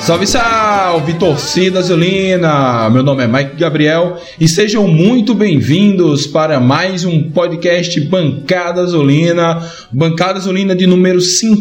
Salve, salve, torcida azulina! Meu nome é Mike Gabriel e sejam muito bem-vindos para mais um podcast Bancada Azulina de número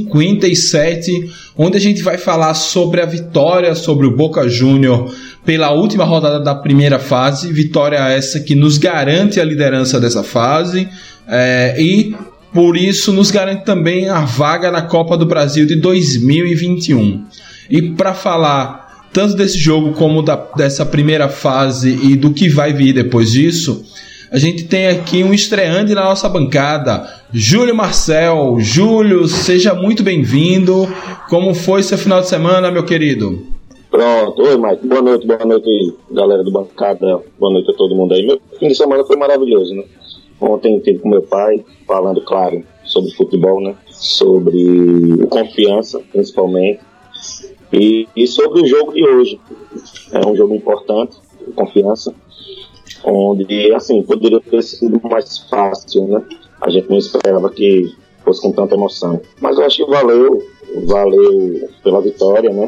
57, onde a gente vai falar sobre a vitória sobre o Boca Juniors pela última rodada da primeira fase, vitória essa que nos garante a liderança dessa fase e por isso nos garante também a vaga na Copa do Brasil de 2021. E para falar tanto desse jogo como dessa primeira fase e do que vai vir depois disso, a gente tem aqui um estreante na nossa bancada, Júlio Marcel. Júlio, seja muito bem-vindo. Como foi seu final de semana, meu querido? Pronto, oi Mike, boa noite galera do bancada, boa noite a todo mundo aí. Meu fim de semana foi maravilhoso, né? Ontem estive com meu pai, falando, claro, sobre futebol, né? Sobre confiança, principalmente. E sobre o jogo de hoje. É um jogo importante, confiança, onde, assim, poderia ter sido mais fácil, né? A gente não esperava que fosse com tanta emoção. Mas eu acho que valeu pela vitória, né?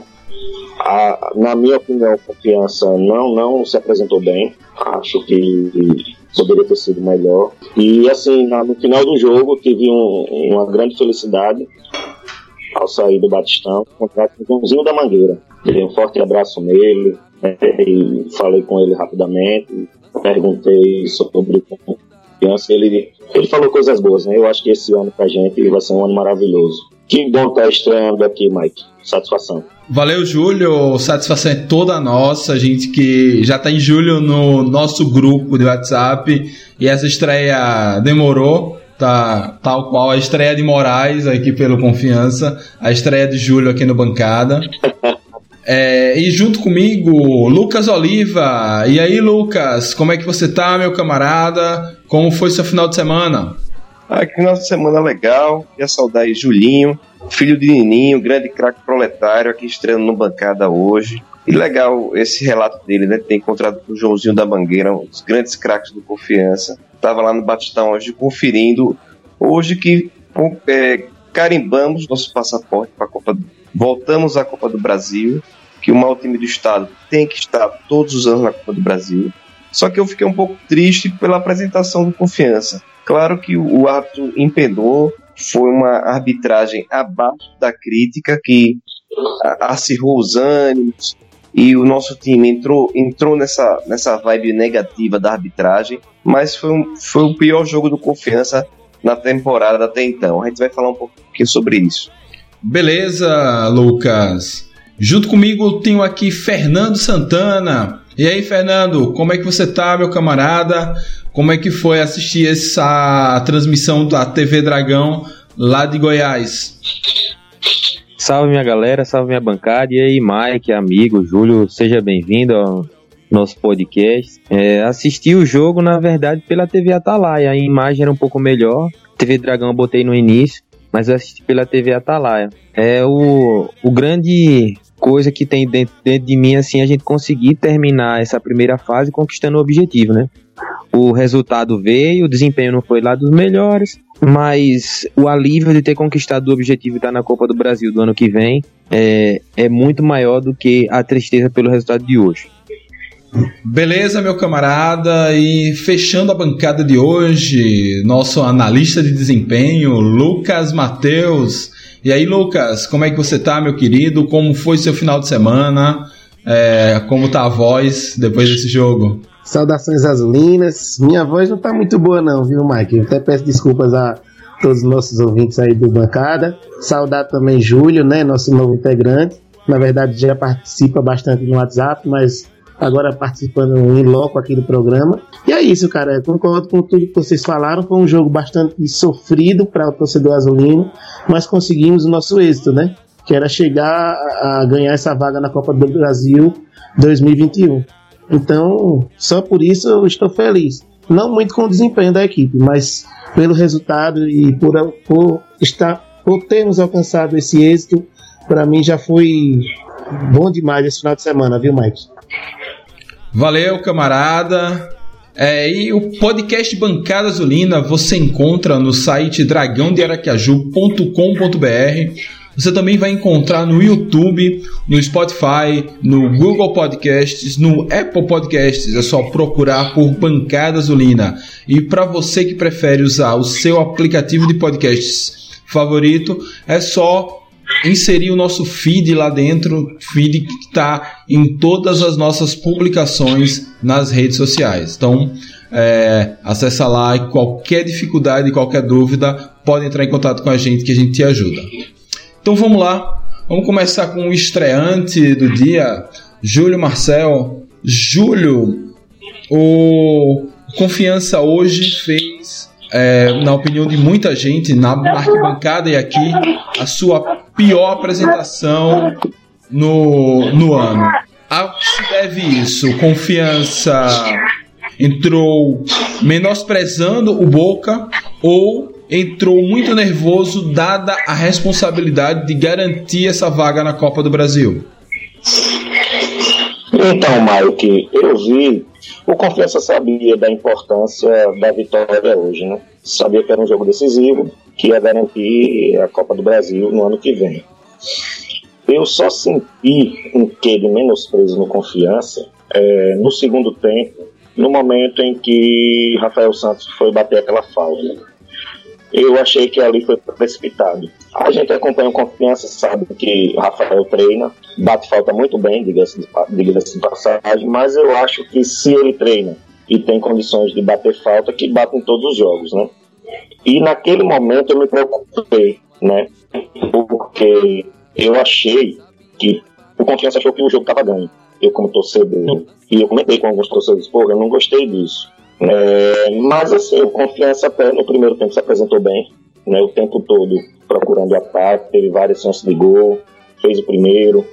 Na minha opinião, a confiança não se apresentou bem. Acho que poderia ter sido melhor. E, assim, no final do jogo, tive uma grande felicidade ao sair do Batistão, contrato com o Joãozinho da Mangueira. Dei um forte abraço nele, e falei com ele rapidamente, perguntei sobre confiança, ele falou coisas boas, né? Eu acho que esse ano pra gente vai ser um ano maravilhoso. Que bom estar estreando aqui, Mike. Satisfação. Valeu, Júlio. Satisfação é toda nossa. A gente que já tá em julho no nosso grupo de WhatsApp e essa estreia demorou. Tá, tal qual a estreia de Moraes aqui pelo Confiança, a estreia de Júlio aqui no Bancada. E junto comigo, Lucas Oliva. E aí, Lucas, como é que você tá, meu camarada? Como foi seu final de semana? Que final de semana legal. Ia saudar aí Julinho, filho de Nininho, grande craque proletário, aqui estreando no Bancada hoje. E legal esse relato dele, né? Ter encontrado com o Joãozinho da Mangueira, um dos grandes craques do Confiança. Estava lá no Batistão hoje conferindo. Hoje que carimbamos nosso passaporte para a Copa. Voltamos à Copa do Brasil, que o maior time do estado tem que estar todos os anos na Copa do Brasil. Só que eu fiquei um pouco triste pela apresentação do Confiança. Claro que o árbitro empenou, foi uma arbitragem abaixo da crítica que acirrou os ânimos. E o nosso time entrou nessa vibe negativa da arbitragem, mas foi o pior jogo do Confiança na temporada até então. A gente vai falar um pouquinho sobre isso. Beleza, Lucas. Junto comigo tenho aqui Fernando Santana. E aí, Fernando, como é que você tá, meu camarada? Como é que foi assistir essa transmissão da TV Dragão lá de Goiás? Salve minha galera, salve minha bancada, e aí Mike, amigo, Júlio, seja bem-vindo ao nosso podcast. Assisti o jogo, na verdade, pela TV Atalaia, a imagem era um pouco melhor, TV Dragão eu botei no início, mas eu assisti pela TV Atalaia. O grande coisa que tem dentro de mim, assim, a gente conseguir terminar essa primeira fase conquistando o objetivo, né? O resultado veio, o desempenho não foi lá dos melhores, mas o alívio de ter conquistado o objetivo de estar na Copa do Brasil do ano que vem é muito maior do que a tristeza pelo resultado de hoje. Beleza, meu camarada, e fechando a bancada de hoje, nosso analista de desempenho, Lucas Matheus. E aí, Lucas, como é que você tá, meu querido? Como foi seu final de semana? Como tá a voz depois desse jogo? Saudações azulinas. Minha voz não tá muito boa não, viu, Mike? Eu até peço desculpas a todos os nossos ouvintes aí do Bancada. Saudar também Júlio, né, nosso novo integrante. Na verdade já participa bastante no WhatsApp, mas agora participando em loco aqui do programa. E é isso, cara, eu concordo com tudo que vocês falaram. Foi um jogo bastante sofrido para o torcedor azulino, mas conseguimos o nosso êxito, né? Que era chegar a ganhar essa vaga na Copa do Brasil 2021. Então, só por isso eu estou feliz. Não muito com o desempenho da equipe, mas pelo resultado e por termos alcançado esse êxito, para mim já foi bom demais esse final de semana, viu, Mike? Valeu, camarada. E o podcast Bancada Azulina você encontra no site dragãodearacaju.com.br. você também vai encontrar no YouTube, no Spotify, no Google Podcasts, no Apple Podcasts. É só procurar por Bancada Azulina. E para você que prefere usar o seu aplicativo de podcasts favorito, é só inserir o nosso feed lá dentro, feed que está em todas as nossas publicações nas redes sociais. Então, acessa lá e qualquer dificuldade, qualquer dúvida, pode entrar em contato com a gente que a gente te ajuda. Então vamos lá, vamos começar com o estreante do dia, Júlio Marcel. Júlio, o Confiança hoje fez, na opinião de muita gente, na arquibancada e aqui, a sua pior apresentação no ano. A que se deve isso? Confiança entrou menosprezando o Boca ou entrou muito nervoso dada a responsabilidade de garantir essa vaga na Copa do Brasil? Então, Mike, eu vi, o Confiança sabia da importância da vitória hoje, né? Sabia que era um jogo decisivo, que ia garantir a Copa do Brasil no ano que vem. Eu só senti um quê de menosprezo no Confiança no segundo tempo, no momento em que Rafael Santos foi bater aquela falta. Eu achei que ali foi precipitado. A gente acompanha o Confiança, sabe que Rafael treina, bate falta muito bem, diga-se de passagem, mas eu acho que se ele treina e tem condições de bater falta, que bate em todos os jogos, né? E naquele momento eu me preocupei, né? Porque eu achei que o Confiança achou que o jogo estava ganho. Eu como torcedor, e eu comentei com alguns torcedores, eu não gostei disso. Mas assim, o Confiança no primeiro tempo se apresentou bem, né, o tempo todo procurando ataque, teve várias chances de gol, fez o primeiro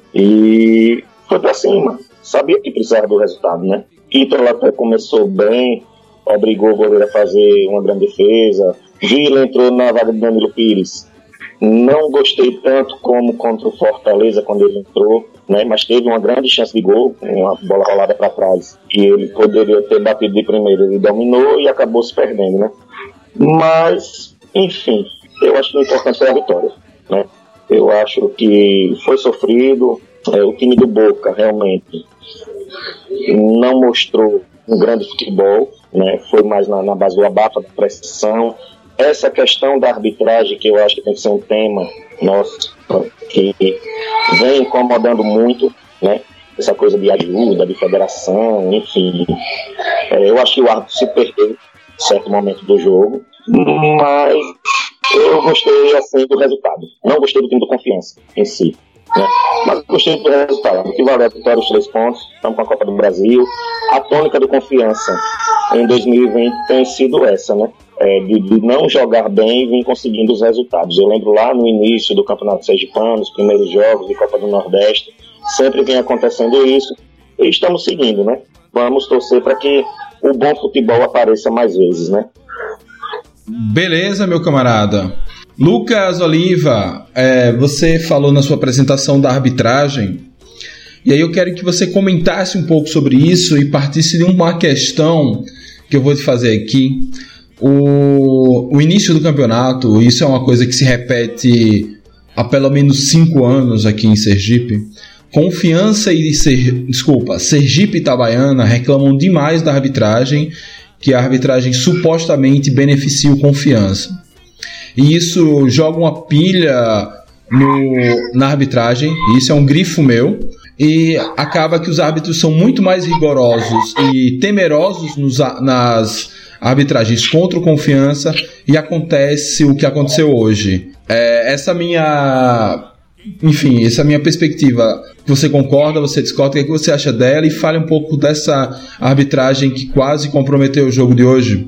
e foi pra cima, sabia que precisava do resultado, né? Ítalo até começou bem, obrigou o goleiro a fazer uma grande defesa, Vila entrou na vaga de Danilo Pires, não gostei tanto como contra o Fortaleza quando ele entrou, né, mas teve uma grande chance de gol, uma bola rolada para trás, e ele poderia ter batido de primeiro, ele dominou e acabou se perdendo, né? Mas, enfim, eu acho que o importante foi a vitória, né? Eu acho que foi sofrido, o time do Boca realmente não mostrou um grande futebol, né? Foi mais na base do abafa, da pressão. Essa questão da arbitragem, que eu acho que tem que ser um tema nosso, que vem incomodando muito, né? Essa coisa de ajuda, de federação, enfim. Eu acho que o árbitro se perdeu em certo momento do jogo, mas eu gostei assim do resultado. Não gostei do time do Confiança em si, né? Mas gostei do resultado. O que valeu a vitória, os 3 pontos. Estamos com a Copa do Brasil. A tônica do Confiança em 2020 tem sido essa, né? De não jogar bem e vir conseguindo os resultados. Eu lembro lá no início do Campeonato Sergipano, os primeiros jogos de Copa do Nordeste, sempre vem acontecendo isso e estamos seguindo, né? Vamos torcer para que o bom futebol apareça mais vezes, né? Beleza, meu camarada. Lucas Oliva, você falou na sua apresentação da arbitragem, e aí eu quero que você comentasse um pouco sobre isso e partisse de uma questão que eu vou te fazer aqui. O início do campeonato, isso é uma coisa que se repete há pelo menos 5 anos aqui em Sergipe. Confiança e Sergipe e Itabaiana reclamam demais da arbitragem, que a arbitragem supostamente beneficia o Confiança. E isso joga uma pilha na arbitragem, isso é um grifo meu, e acaba que os árbitros são muito mais rigorosos e temerosos nas arbitragens contra o Confiança, e acontece o que aconteceu hoje. Essa minha perspectiva, você concorda, você discorda, o que você acha dela, e fale um pouco dessa arbitragem que quase comprometeu o jogo de hoje?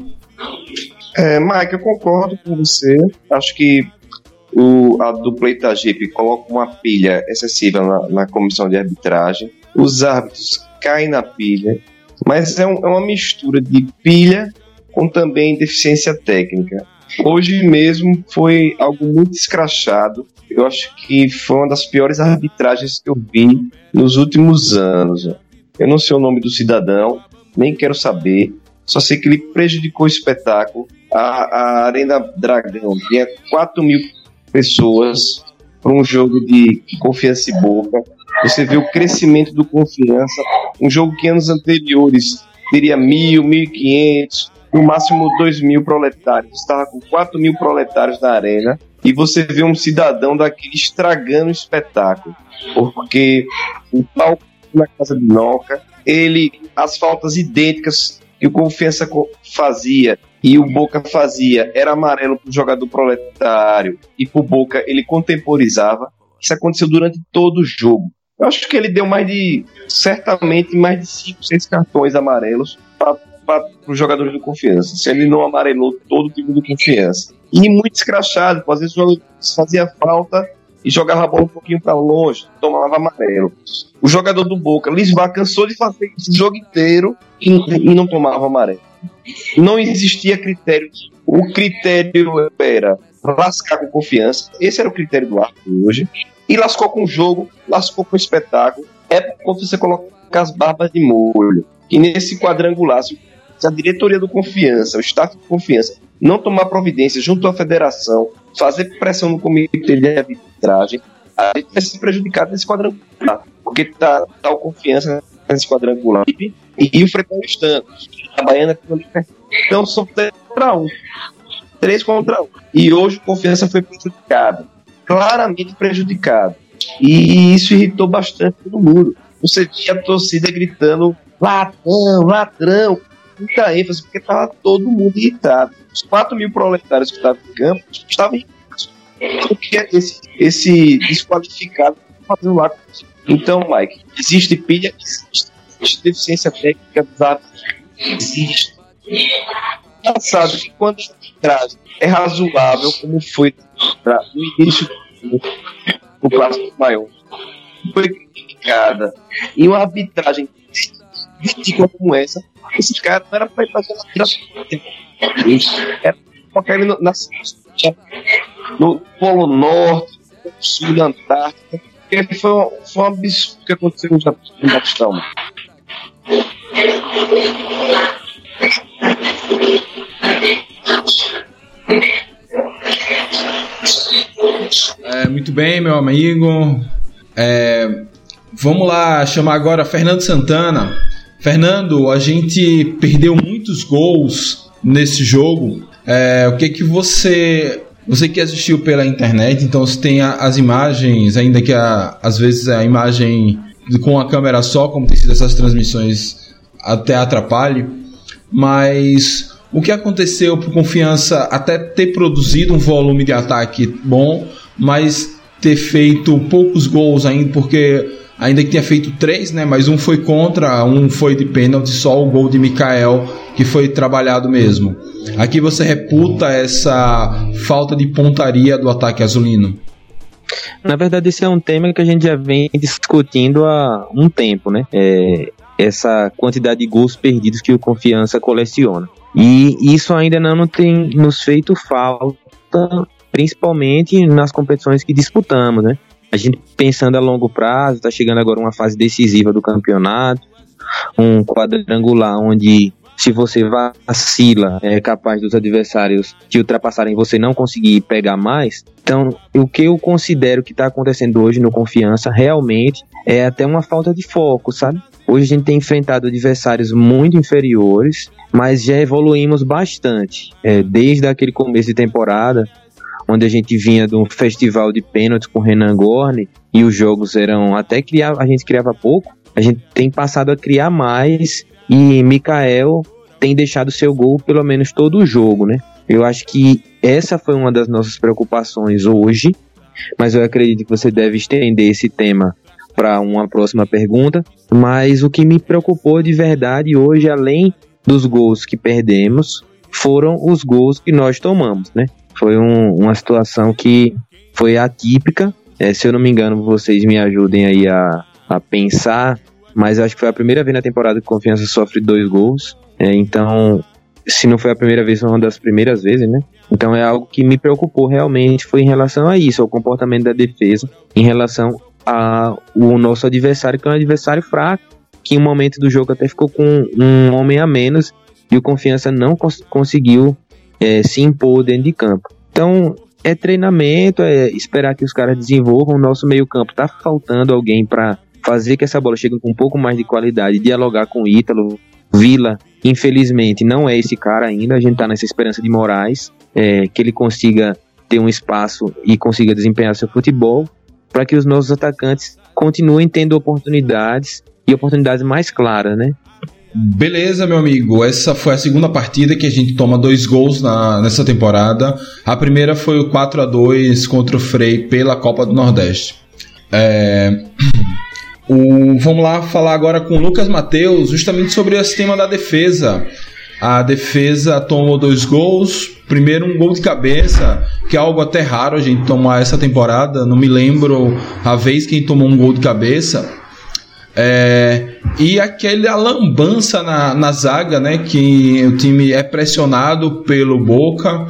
Mike, eu concordo com você. Acho que a dupla Itagipe coloca uma pilha excessiva na comissão de arbitragem. Os árbitros caem na pilha, mas é uma mistura de pilha com também deficiência técnica. Hoje mesmo foi algo muito escrachado. Eu acho que foi uma das piores arbitragens que eu vi nos últimos anos. Eu não sei o nome do cidadão, nem quero saber, só sei que ele prejudicou o espetáculo. A Arena Dragão tinha 4.000 pessoas para um jogo de Confiança e Boca. Você vê o crescimento do Confiança, um jogo que anos anteriores teria 1.000, 1.500, no máximo 2.000 proletários. Estava com 4.000 proletários na arena. E você vê um cidadão daquele estragando o espetáculo. Porque o palco na casa de Noca, as faltas idênticas que o Confiança fazia e o Boca fazia, era amarelo para o jogador proletário e para o Boca ele contemporizava. Isso aconteceu durante todo o jogo. Eu acho que ele deu certamente mais de 5, 6 cartões amarelos para os jogadores do Confiança. Se ele não amarelou todo o time do Confiança. E muito escrachado, às vezes o jogador fazia falta e jogava a bola um pouquinho para longe, tomava amarelo. O jogador do Boca, Lisboa, cansou de fazer isso o jogo inteiro e não tomava amarelo. Não existia critério. O critério era lascar com Confiança. Esse era o critério do árbitro hoje. E lascou com o jogo, lascou com o espetáculo. É quando você coloca as barbas de molho. E nesse quadrangular, se a diretoria do Confiança, o staff do Confiança, não tomar providência junto à federação, fazer pressão no comitê de arbitragem, a gente vai ser prejudicado nesse quadrangular. Porque tá o Confiança nesse quadrangular e o Freitas estando. A Baiana. Então são 3 contra 1. E hoje o Confiança foi prejudicado. Claramente prejudicado. E isso irritou bastante todo mundo. Você tinha a torcida gritando ladrão, ladrão, muita ênfase, porque estava todo mundo irritado. Os 4.000 proletários que estavam em campo estavam irritados. Porque esse desqualificado fazendo lá. Então, Mike, existe pilha, existe deficiência técnica dos árbitros, existe. Engraçado que quando a arbitragem é razoável, como foi no início do Clássico Maior, foi criticada, e uma arbitragem ridícula como essa, esses caras não era para ir fazer uma arbitragem, era colocar ele no Polo Norte, no Sul da Antártica, porque foi um absurdo que aconteceu no Japão. Muito bem, meu amigo. Vamos lá chamar agora Fernando Santana. Fernando, a gente perdeu muitos gols nesse jogo. O que você que assistiu pela internet, então você tem as imagens, ainda que às vezes a imagem com a câmera só, como tem sido essas transmissões, até atrapalhe, mas o que aconteceu para o Confiança até ter produzido um volume de ataque bom, mas ter feito poucos gols ainda, porque ainda que tenha feito 3, né, mas um foi contra, um foi de pênalti, só o gol de Mikael que foi trabalhado mesmo. Aqui você reputa essa falta de pontaria do ataque azulino? Na verdade, esse é um tema que a gente já vem discutindo há um tempo, né? Essa quantidade de gols perdidos que o Confiança coleciona. E isso ainda não tem nos feito falta, principalmente nas competições que disputamos, né? A gente pensando a longo prazo, está chegando agora uma fase decisiva do campeonato, um quadrangular onde, se você vacila, é capaz dos adversários te ultrapassarem e você não conseguir pegar mais. Então, o que eu considero que está acontecendo hoje no Confiança realmente é até uma falta de foco, sabe? Hoje a gente tem enfrentado adversários muito inferiores, mas já evoluímos bastante. Desde aquele começo de temporada, onde a gente vinha de um festival de pênaltis com Renan Gorni, e os jogos eram até a gente criava pouco, a gente tem passado a criar mais, e Mikael tem deixado seu gol pelo menos todo o jogo, né? Eu acho que essa foi uma das nossas preocupações hoje, mas eu acredito que você deve estender esse tema para uma próxima pergunta. Mas o que me preocupou de verdade hoje, além dos gols que perdemos, foram os gols que nós tomamos, né? Foi uma situação que foi atípica. Se eu não me engano, vocês me ajudem aí a pensar, mas eu acho que foi a primeira vez na temporada que o Confiança sofre 2 gols. Então, se não foi a primeira vez, foi uma das primeiras vezes, né? Então é algo que me preocupou realmente, foi em relação a isso, ao comportamento da defesa, em relação ao nosso adversário, que é um adversário fraco, que em um momento do jogo até ficou com um homem a menos, e o Confiança não conseguiu se impor dentro de campo. Então, é treinamento, é esperar que os caras desenvolvam. O nosso meio campo tá faltando alguém para fazer que essa bola chegue com um pouco mais de qualidade, dialogar com o Ítalo. Vila, infelizmente, não é esse cara ainda. A gente tá nessa esperança de Moraes, que ele consiga ter um espaço e consiga desempenhar seu futebol, para que os nossos atacantes continuem tendo oportunidades e oportunidades mais claras, né? Beleza, meu amigo, essa foi a segunda partida que a gente toma 2 gols nessa temporada. A primeira foi o 4-2 contra o Frei pela Copa do Nordeste. Vamos lá falar agora com o Lucas Matheus justamente sobre o sistema da defesa. A defesa tomou 2 gols. Primeiro um gol de cabeça, que é algo até raro a gente tomar essa temporada. Não me lembro a vez que a gente tomou um gol de cabeça. E aquela lambança na zaga, né, que o time é pressionado pelo Boca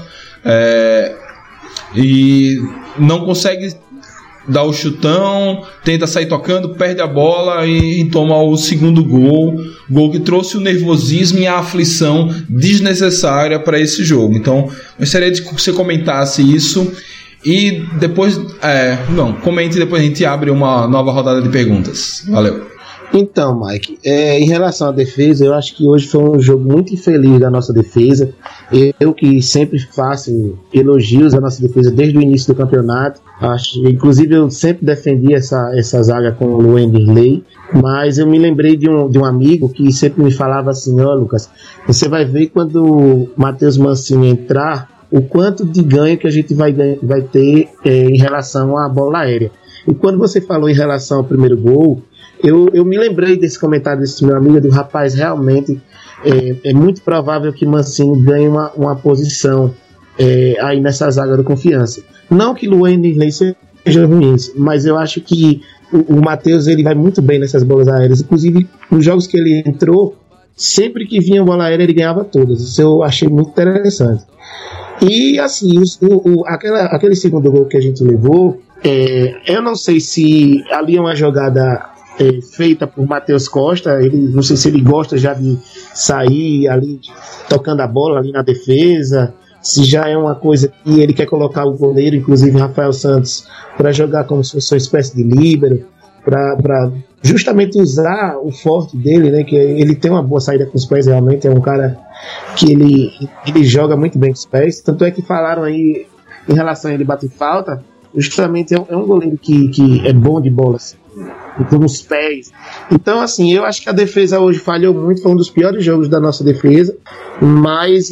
e não consegue dar o chutão, tenta sair tocando, perde a bola e toma o segundo gol que trouxe o nervosismo e a aflição desnecessária para esse jogo. Então, gostaria de que você comentasse isso e depois, comente e depois a gente abre uma nova rodada de perguntas. Valeu. Então, Mike, em relação à defesa, eu acho que hoje foi um jogo muito infeliz da nossa defesa. Eu que sempre faço elogios à nossa defesa desde o início do campeonato. Inclusive eu sempre defendi essa zaga com o Wanderley, mas eu me lembrei de um amigo que sempre me falava assim: Lucas, você vai ver quando o Matheus Mancini entrar, o quanto de ganho que a gente vai ter em relação à bola aérea. E quando você falou em relação ao primeiro gol, eu me lembrei desse comentário desse meu amigo, do rapaz, realmente é muito provável que Mancini ganhe uma posição aí nessa zaga do Confiança. Não que Luan e Nirley sejam ruins, mas eu acho que o Matheus, ele vai muito bem nessas bolas aéreas. Inclusive, nos jogos que ele entrou, sempre que vinha bola aérea, ele ganhava todas. Isso eu achei muito interessante. E assim, aquele segundo gol que a gente levou, eu não sei se ali é uma jogada feita por Matheus Costa. Não sei se ele gosta já de sair ali tocando a bola ali na defesa, se já é uma coisa que ele quer colocar o goleiro, inclusive Rafael Santos, para jogar como se fosse uma espécie de líbero, para justamente usar o forte dele, né, que ele tem uma boa saída com os pés. Realmente é um cara que ele joga muito bem com os pés, tanto é que falaram aí em relação a ele bater falta, justamente é um goleiro que é bom de bola, assim, com os pés. Então, assim, eu acho que a defesa hoje falhou muito, foi um dos piores jogos da nossa defesa, mas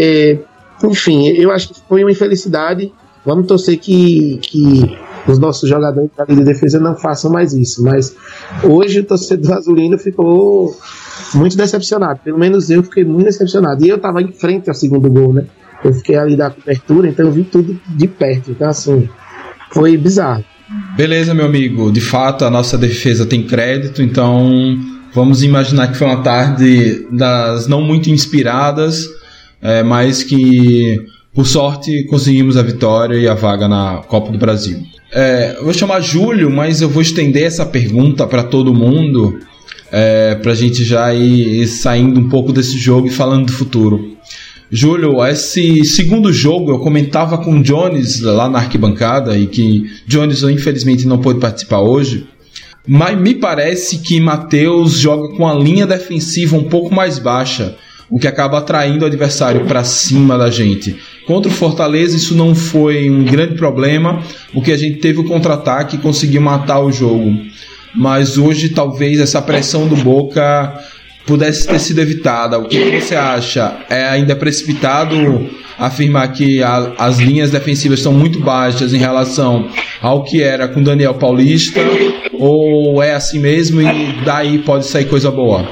enfim, eu acho que foi uma infelicidade. Vamos torcer que os nossos jogadores da linha de defesa não façam mais isso, mas hoje o torcedor azulino ficou muito decepcionado. Pelo menos eu fiquei muito decepcionado, e eu estava em frente ao segundo gol, né? Eu fiquei ali da cobertura, então eu vi tudo de perto. Então, assim, foi bizarro. Beleza, meu amigo, de fato a nossa defesa tem crédito, então vamos imaginar que foi uma tarde das não muito inspiradas, mas que por sorte conseguimos a vitória e a vaga na Copa do Brasil. Eu vou chamar Júlio, mas eu vou estender essa pergunta para todo mundo, para a gente já ir saindo um pouco desse jogo e falando do futuro. Júlio, esse segundo jogo eu comentava com o Jones lá na arquibancada, e que Jones infelizmente não pôde participar hoje, mas me parece que Matheus joga com a linha defensiva um pouco mais baixa, o que acaba atraindo o adversário para cima da gente. Contra o Fortaleza isso não foi um grande problema, porque a gente teve o contra-ataque e conseguiu matar o jogo, mas hoje talvez essa pressão do Boca pudesse ter sido evitada. O que você acha? Ainda precipitado afirmar que as linhas defensivas são muito baixas em relação ao que era com Daniel Paulista, ou é assim mesmo e daí pode sair coisa boa?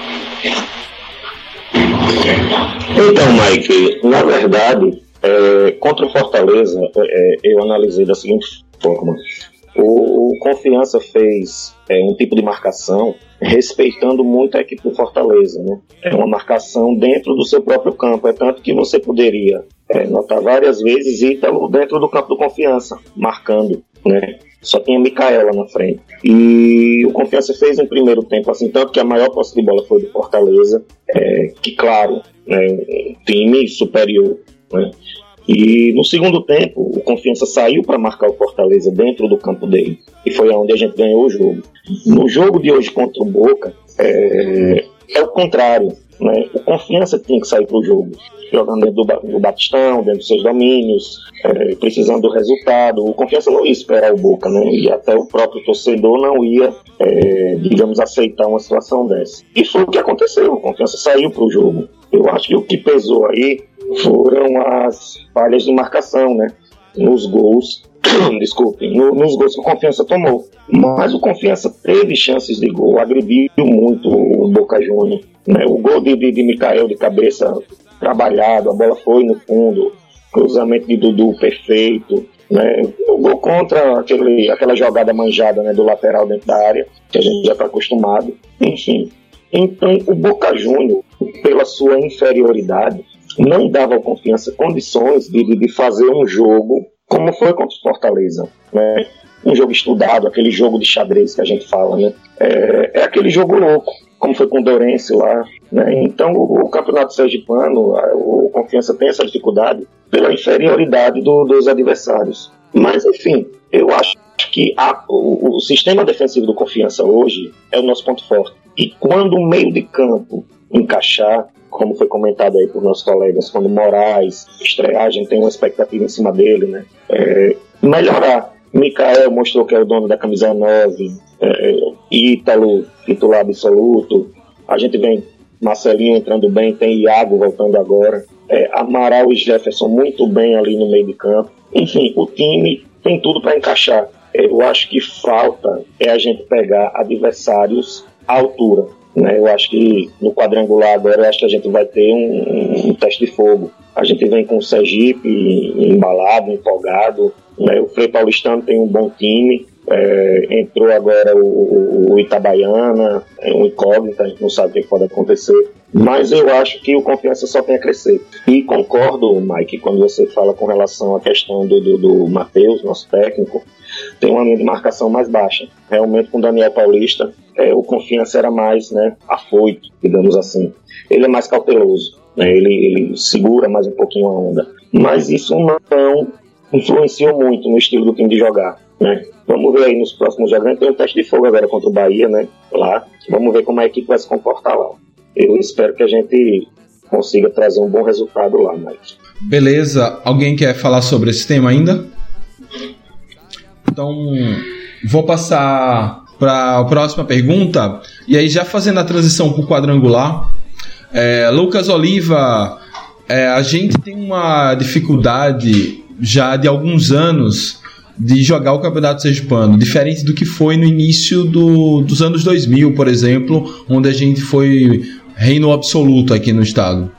Então, Mike, na verdade, contra o Fortaleza, eu analisei da seguinte forma: o Confiança fez um tipo de marcação respeitando muito a equipe do Fortaleza, né? É uma marcação dentro do seu próprio campo, tanto que você poderia notar várias vezes Ítalo dentro do campo do Confiança, marcando, né? Só tinha Micaela na frente. E o Confiança fez um primeiro tempo assim, tanto que a maior posse de bola foi do Fortaleza, que claro, né, um time superior, né? E no segundo tempo, o Confiança saiu para marcar o Fortaleza dentro do campo dele. E foi onde a gente ganhou o jogo. No jogo de hoje contra o Boca, é o contrário, né? O Confiança tinha que sair para o jogo, jogando dentro do Batistão, dentro dos seus domínios, precisando do resultado. O Confiança não ia esperar o Boca, né? E até o próprio torcedor não ia, digamos, aceitar uma situação dessa. E foi o que aconteceu. O Confiança saiu para o jogo. Eu acho que o que pesou aí foram as falhas de marcação, né? Nos gols, nos gols que o Confiança tomou. Mas o Confiança teve chances de gol, agrediu muito o Boca Juniors, né? O gol de Micael de cabeça trabalhado, a bola foi no fundo, cruzamento de Dudu perfeito, né? O gol contra aquela jogada manjada, né, do lateral dentro da área, que a gente já está acostumado. Enfim, então o Boca Juniors, pela sua inferioridade, não dava ao Confiança condições de fazer um jogo como foi contra o Fortaleza, né? Um jogo estudado, aquele jogo de xadrez que a gente fala, né? É aquele jogo louco, como foi com o Dourense lá, né? Então o Campeonato Sergipano, o Confiança tem essa dificuldade pela inferioridade dos adversários. Mas enfim, eu acho que o sistema defensivo do Confiança hoje é o nosso ponto forte. E quando o meio de campo encaixar, como foi comentado aí por nossos colegas, quando o Moraes estrear, a gente tem uma expectativa em cima dele, né? Melhorar. Micael mostrou que é o dono da camisa 9, Ítalo, titular absoluto. A gente vem Marcelinho entrando bem, tem Iago voltando agora, Amaral e Jefferson muito bem ali no meio de campo. Enfim, o time tem tudo para encaixar. Eu acho que falta a gente pegar adversários à altura, né? Eu acho que no quadrangular agora, eu acho que a gente vai ter um teste de fogo. A gente vem com o Sergipe embalado, empolgado, né? O Frei Paulistano tem um bom time, entrou agora o Itabaiana, um incógnito, a gente não sabe o que pode acontecer, mas eu acho que o Confiança só tem a crescer. E concordo, Mike, quando você fala com relação à questão do Matheus, nosso técnico, tem uma linha de marcação mais baixa. Realmente com o Daniel Paulista, o Confiança era mais, né, afoito, digamos assim. Ele é mais cauteloso, né? Ele segura mais um pouquinho a onda. Mas isso não influenciou muito no estilo do time de jogar, né? Vamos ver aí nos próximos jogos. A gente tem um teste de fogo agora contra o Bahia, né? Lá. Vamos ver como a equipe vai se comportar lá. Eu espero que a gente consiga trazer um bom resultado lá, Mike. Beleza. Alguém quer falar sobre esse tema ainda? Então, vou passar para a próxima pergunta. E aí, já fazendo a transição para o quadrangular, Lucas Oliva, a gente tem uma dificuldade já de alguns anos de jogar o Campeonato Sergipano, diferente do que foi no início dos anos 2000, por exemplo, onde a gente foi reino absoluto aqui no estado.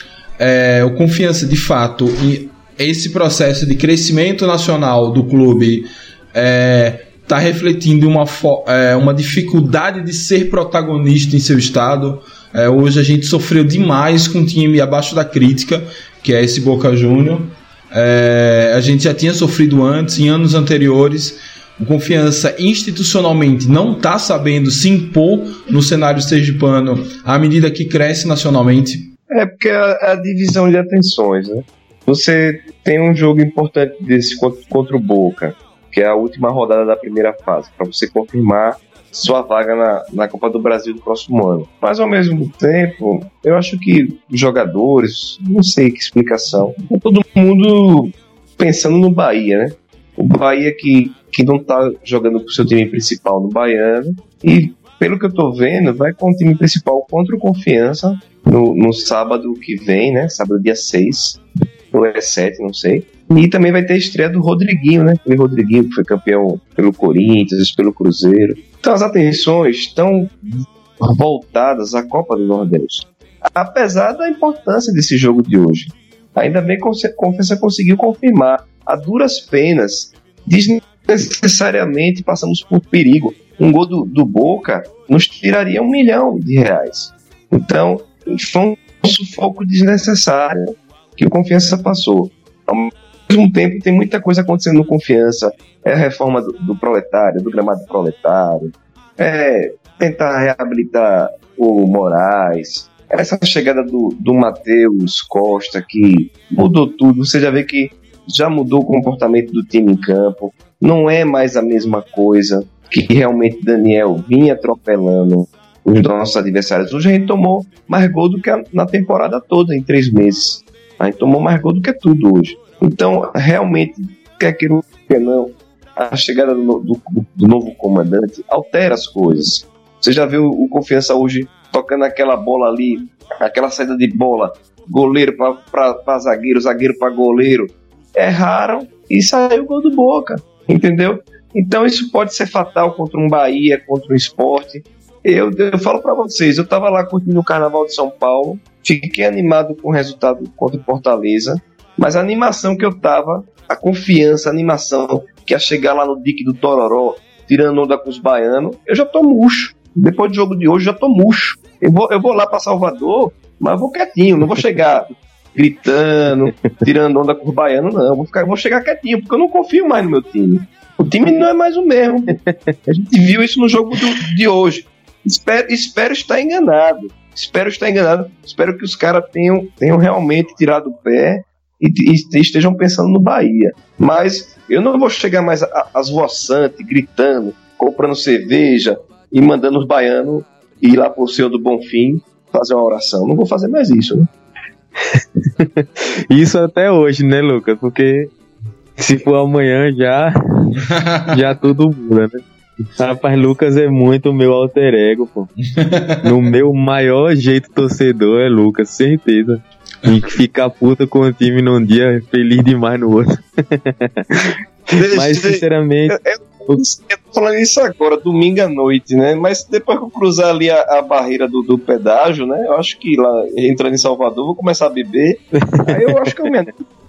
O Confiança, de fato, esse processo de crescimento nacional do clube está refletindo uma dificuldade de ser protagonista em seu estado. Hoje a gente sofreu demais com um time abaixo da crítica, que é esse Boca Juniors. A gente já tinha sofrido antes, em anos anteriores. O Confiança institucionalmente não está sabendo se impor no cenário sergipano à medida que cresce nacionalmente. Porque a divisão de atenções, né? Você tem um jogo importante desse contra o Boca, que é a última rodada da primeira fase, para você confirmar sua vaga na Copa do Brasil do próximo ano. Mas ao mesmo tempo, eu acho que os jogadores, não sei que explicação, todo mundo pensando no Bahia, né? O Bahia que não tá jogando com o seu time principal no Baiano, e pelo que eu tô vendo, vai com o time principal contra o Confiança no sábado que vem, né? Sábado dia 6, ou é 7, não sei. E também vai ter a estreia do Rodriguinho, né? O Rodriguinho que foi campeão pelo Corinthians, pelo Cruzeiro. Então as atenções estão voltadas à Copa do Nordeste. Apesar da importância desse jogo de hoje. Ainda bem que a Confiança conseguiu confirmar. A duras penas, desnecessariamente passamos por perigo. Um gol do Boca nos tiraria R$1 milhão. Então, foi um sufoco desnecessário que o Confiança passou. Ao mesmo tempo, tem muita coisa acontecendo no Confiança. A reforma do proletário, do gramado proletário, tentar reabilitar o Moraes, essa chegada do Matheus Costa, que mudou tudo, você já vê que já mudou o comportamento do time em campo, não é mais a mesma coisa que realmente Daniel vinha atropelando os nossos adversários. Hoje a gente tomou mais gol do que na temporada toda, em 3 meses. A gente tomou mais gol do que tudo hoje. Então, realmente, quer queira não, a chegada do novo comandante altera as coisas. Você já viu o Confiança hoje tocando aquela bola ali, aquela saída de bola, goleiro para zagueiro, zagueiro para goleiro. Erraram e saiu o gol do Boca, entendeu? Então isso pode ser fatal contra um Bahia, contra um Sport. Eu falo para vocês, eu estava lá curtindo o Carnaval de São Paulo, fiquei animado com o resultado contra o Fortaleza, mas a animação que eu tava, a confiança, a animação que ia chegar lá no dique do Tororó, tirando onda com os baianos, eu já tô murcho. Depois do jogo de hoje, já tô murcho. Eu vou lá para Salvador, mas vou quietinho, não vou chegar gritando, tirando onda com os baianos, não. Eu vou chegar quietinho, porque eu não confio mais no meu time. O time não é mais o mesmo. A gente viu isso no jogo de hoje. Espero estar enganado. Espero que os caras tenham realmente tirado o pé e estejam pensando no Bahia. Mas eu não vou chegar mais asvoaçante, gritando, comprando cerveja e mandando os baianos ir lá pro Senhor do Bonfim fazer uma oração. Não vou fazer mais isso, né? Isso até hoje, né, Lucas? Porque se for amanhã já tudo muda, né? Rapaz, Lucas é muito o meu alter ego, pô. No meu maior jeito torcedor é Lucas, certeza. E ficar puta com o time num dia, feliz demais no outro. Mas, sinceramente... Eu tô falando isso agora, domingo à noite, né? Mas depois que eu cruzar ali a barreira do pedágio, né? Eu acho que lá, entrando em Salvador, vou começar a beber. Aí eu acho que eu me...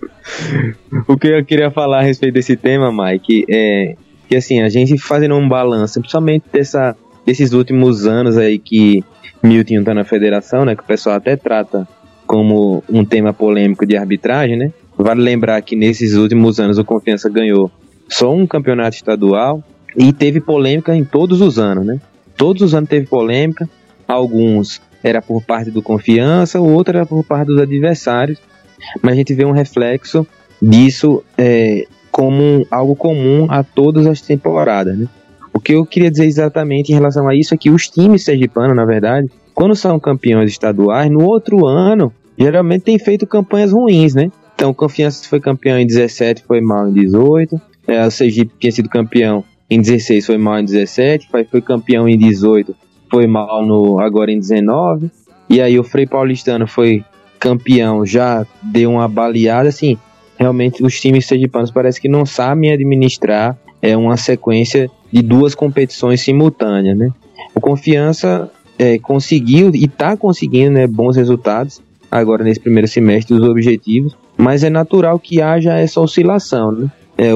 O que eu queria falar a respeito desse tema, Mike, é que assim, a gente fazendo um balanço, principalmente desses últimos anos aí que Milton tá na federação, né? Que o pessoal até trata como um tema polêmico de arbitragem, né? Vale lembrar que nesses últimos anos o Confiança ganhou só um campeonato estadual e teve polêmica em todos os anos, né? Todos os anos teve polêmica, alguns era por parte do Confiança, o outro era por parte dos adversários, mas a gente vê um reflexo disso como algo comum a todas as temporadas, né? O que eu queria dizer exatamente em relação a isso é que os times sergipanos, na verdade, quando são campeões estaduais, no outro ano, geralmente tem feito campanhas ruins, né? Então o Confiança foi campeão em 17, foi mal em 18, o Sergipe tinha sido campeão em 16, foi mal em 17, foi campeão em 18, foi mal agora em 19, e aí o Frei Paulistano foi campeão, já deu uma baleada, assim, realmente os times sergipanos parece que não sabem administrar uma sequência de 2 competições simultâneas, né? O Confiança conseguiu e está conseguindo, né, bons resultados agora nesse primeiro semestre dos objetivos, mas é natural que haja essa oscilação, né?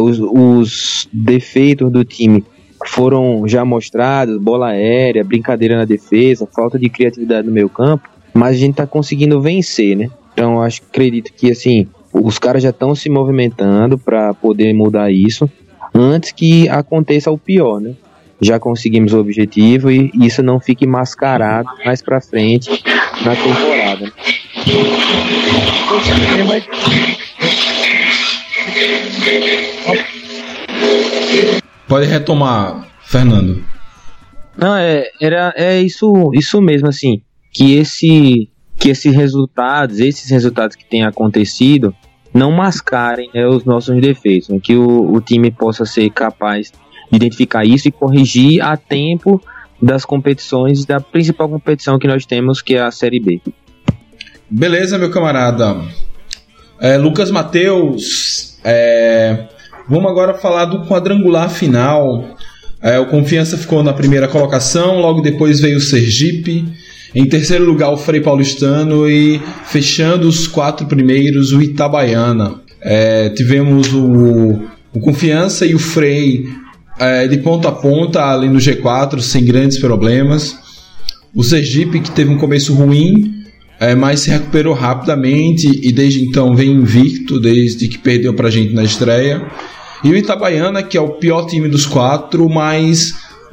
Os defeitos do time foram já mostrados, bola aérea, brincadeira na defesa, falta de criatividade no meio campo, mas a gente está conseguindo vencer, né? Então acredito que assim, os caras já estão se movimentando para poder mudar isso antes que aconteça o pior, né? Já conseguimos o objetivo e isso não fique mascarado mais para frente na temporada. Pode retomar, Fernando. Não, é isso mesmo, assim, que esses resultados que têm acontecido não mascarem, né, os nossos defeitos, né, que o time possa ser capaz de identificar isso e corrigir a tempo das competições, da principal competição que nós temos, que é a Série B. Beleza, meu camarada. Lucas Matheus, vamos agora falar do quadrangular final. O Confiança ficou na primeira colocação, logo depois veio o Sergipe, em terceiro lugar o Frei Paulistano e fechando os 4 primeiros o Itabaiana. Tivemos o Confiança e o Frei de ponta a ponta ali no G4 sem grandes problemas. O Sergipe, que teve um começo ruim, mas se recuperou rapidamente e desde então vem invicto, desde que perdeu pra gente na estreia. E o Itabaiana, que é o pior time dos 4, mas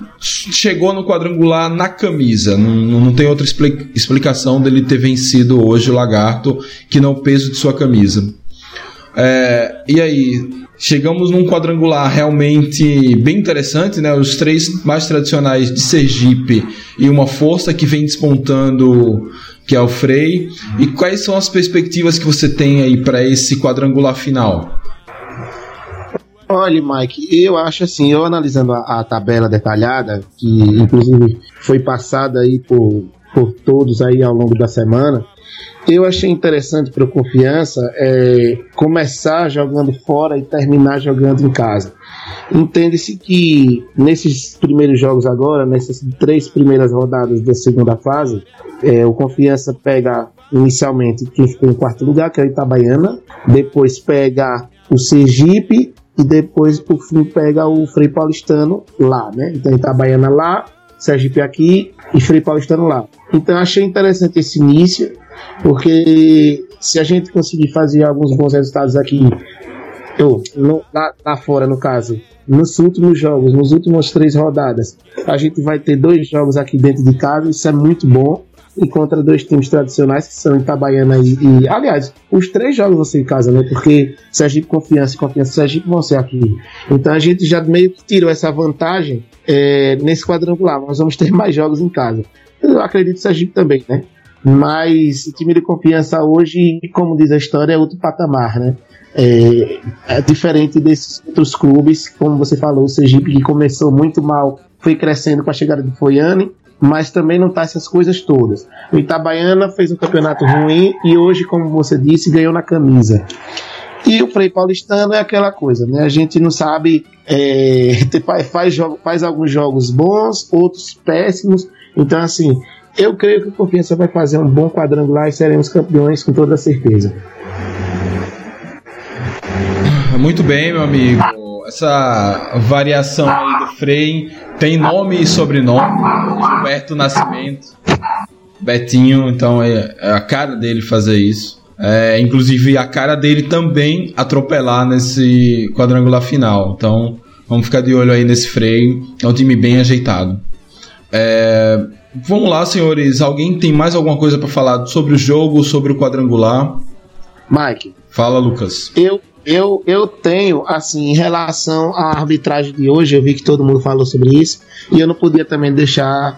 chegou no quadrangular na camisa. Não tem outra explicação dele ter vencido hoje o Lagarto que não o peso de sua camisa. E aí, chegamos num quadrangular realmente bem interessante, né? Os 3 mais tradicionais de Sergipe e uma força que vem despontando, que é o Frei. E quais são as perspectivas que você tem aí para esse quadrangular final? Olha, Mike, eu acho assim, eu analisando a tabela detalhada, que inclusive foi passada aí por todos aí ao longo da semana, eu achei interessante para o Confiança começar jogando fora e terminar jogando em casa. Entende-se que nesses primeiros jogos agora, nessas 3 primeiras rodadas da segunda fase, o Confiança pega inicialmente quem ficou em 4º lugar, que é o Itabaiana, depois pega o Sergipe e depois, por fim, pega o Frei Paulistano lá, né? Então, Itabaiana lá, Sergipe aqui e Frei Paulistano lá. Então, achei interessante esse início, porque se a gente conseguir fazer alguns bons resultados aqui, lá fora, no caso, nos últimos jogos, nas últimas 3 rodadas, a gente vai ter 2 jogos aqui dentro de casa, isso é muito bom. E contra 2 times tradicionais que são Itabaiana e aliás, os 3 jogos vão ser em casa, né? Porque Sergipe, Confiança e Confiança Sergipe vão ser aqui. Então a gente já meio que tirou essa vantagem nesse quadrangular. Nós vamos ter mais jogos em casa. Eu acredito que Sergipe também, né? Mas o time de Confiança hoje, como diz a história, é outro patamar, né? É diferente desses outros clubes, como você falou, o Sergipe, que começou muito mal, foi crescendo com a chegada de Foiane, mas também não tá essas coisas todas. O Itabaiana fez um campeonato ruim e hoje, como você disse, ganhou na camisa. E o Frei Paulistano é aquela coisa, né? A gente não sabe, faz alguns jogos bons, outros péssimos. Então, assim, eu creio que o Confiança vai fazer um bom quadrangular e seremos campeões com toda certeza. Muito bem, meu amigo. Essa variação aí do Frei tem nome e sobrenome, Gilberto Nascimento, Betinho, então é a cara dele fazer isso. Inclusive a cara dele também atropelar nesse quadrangular final. Então vamos ficar de olho aí nesse Frei, é um time bem ajeitado. Vamos lá, senhores, alguém tem mais alguma coisa para falar sobre o jogo, sobre o quadrangular? Mike. Fala, Lucas. Eu tenho, assim, em relação à arbitragem de hoje, eu vi que todo mundo falou sobre isso, e eu não podia também deixar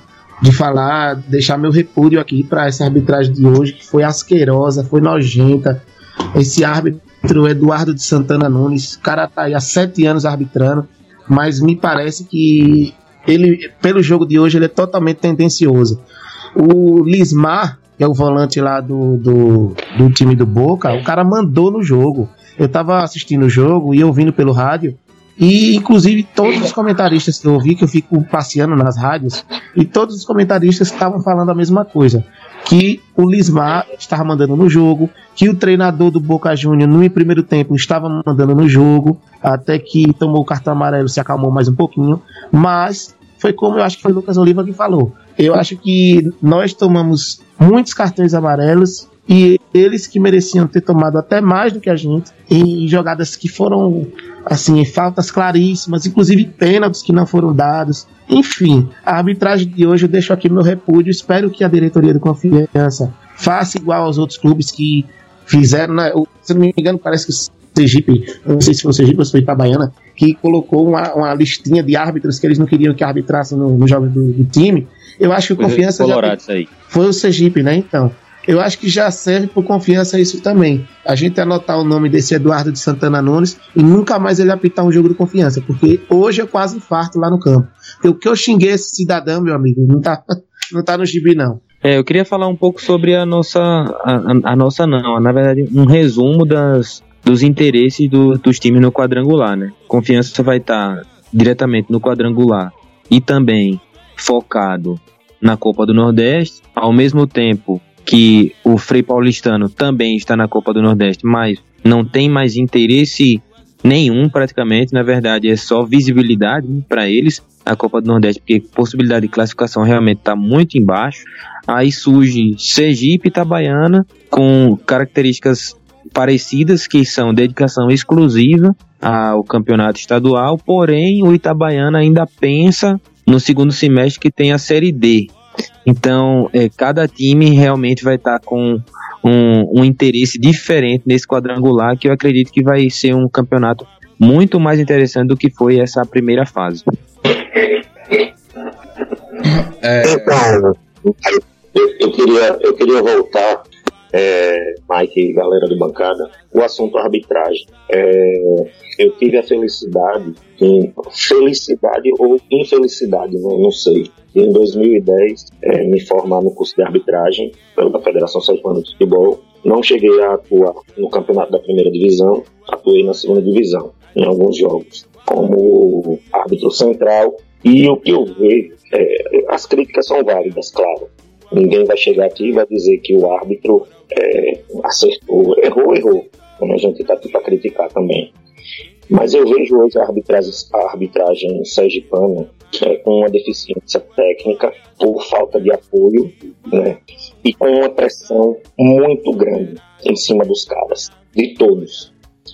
meu repúdio aqui para essa arbitragem de hoje, que foi asquerosa, foi nojenta. Esse árbitro Eduardo de Santana Nunes, o cara tá aí há 7 anos arbitrando, mas me parece que ele, pelo jogo de hoje, ele é totalmente tendencioso. O Lismar, que é o volante lá do time do Boca, o cara mandou no jogo. Eu tava assistindo o jogo e ouvindo pelo rádio, e inclusive todos os comentaristas que eu ouvi, que eu fico passeando nas rádios, e todos os comentaristas estavam falando a mesma coisa, que o Lismar estava mandando no jogo, que o treinador do Boca Juniors no primeiro tempo estava mandando no jogo, até que tomou o cartão amarelo, se acalmou mais um pouquinho, mas foi como eu acho que foi o Lucas Oliva que falou. Eu acho que nós tomamos muitos cartões amarelos e eles que mereciam ter tomado até mais do que a gente, em jogadas que foram, assim, faltas claríssimas, inclusive pênaltis que não foram dados. Enfim, a arbitragem de hoje eu deixo aqui meu repúdio. Espero que a diretoria do Confiança faça igual aos outros clubes que fizeram, né? Se não me engano, parece que o Sergipe, não sei se foi o Sergipe ou se foi Itabaiana, que colocou uma listinha de árbitros que eles não queriam que arbitrassem no jogo do time. Eu acho que o Confiança foi o Sergipe, né? Então, eu acho que já serve por Confiança isso também. A gente anotar o nome desse Eduardo de Santana Nunes e nunca mais ele apitar um jogo do Confiança, porque hoje eu quase infarto lá no campo. Porque o que eu xinguei esse cidadão, meu amigo, não tá no gibi, não. Eu queria falar um pouco sobre na verdade, um resumo dos interesses dos times no quadrangular, né? Confiança vai estar diretamente no quadrangular e também focado na Copa do Nordeste, ao mesmo tempo que o Frei Paulistano também está na Copa do Nordeste, mas não tem mais interesse nenhum praticamente, na verdade é só visibilidade para eles, a Copa do Nordeste, porque a possibilidade de classificação realmente está muito embaixo. Aí surge Sergipe e Itabaiana com características parecidas, que são dedicação exclusiva ao campeonato estadual, porém o Itabaiana ainda pensa no segundo semestre que tem a Série D. Então, cada time realmente vai estar com um interesse diferente nesse quadrangular, que eu acredito que vai ser um campeonato muito mais interessante do que foi essa primeira fase. Eu queria voltar, Mike e galera do bancada, o assunto arbitragem. Eu tive a felicidade ou infelicidade, não sei, em 2010 me formar no curso de arbitragem pela Federação Sergipana de Futebol. Não cheguei a atuar no campeonato da primeira divisão, atuei na segunda divisão em alguns jogos como árbitro central, e o que eu vejo, as críticas são válidas, claro. Ninguém vai chegar aqui e vai dizer que o árbitro acertou, errou, como a gente está aqui para criticar também. Mas eu vejo hoje a arbitragem sergipana com uma deficiência técnica por falta de apoio, né, e com uma pressão muito grande em cima dos caras, de todos.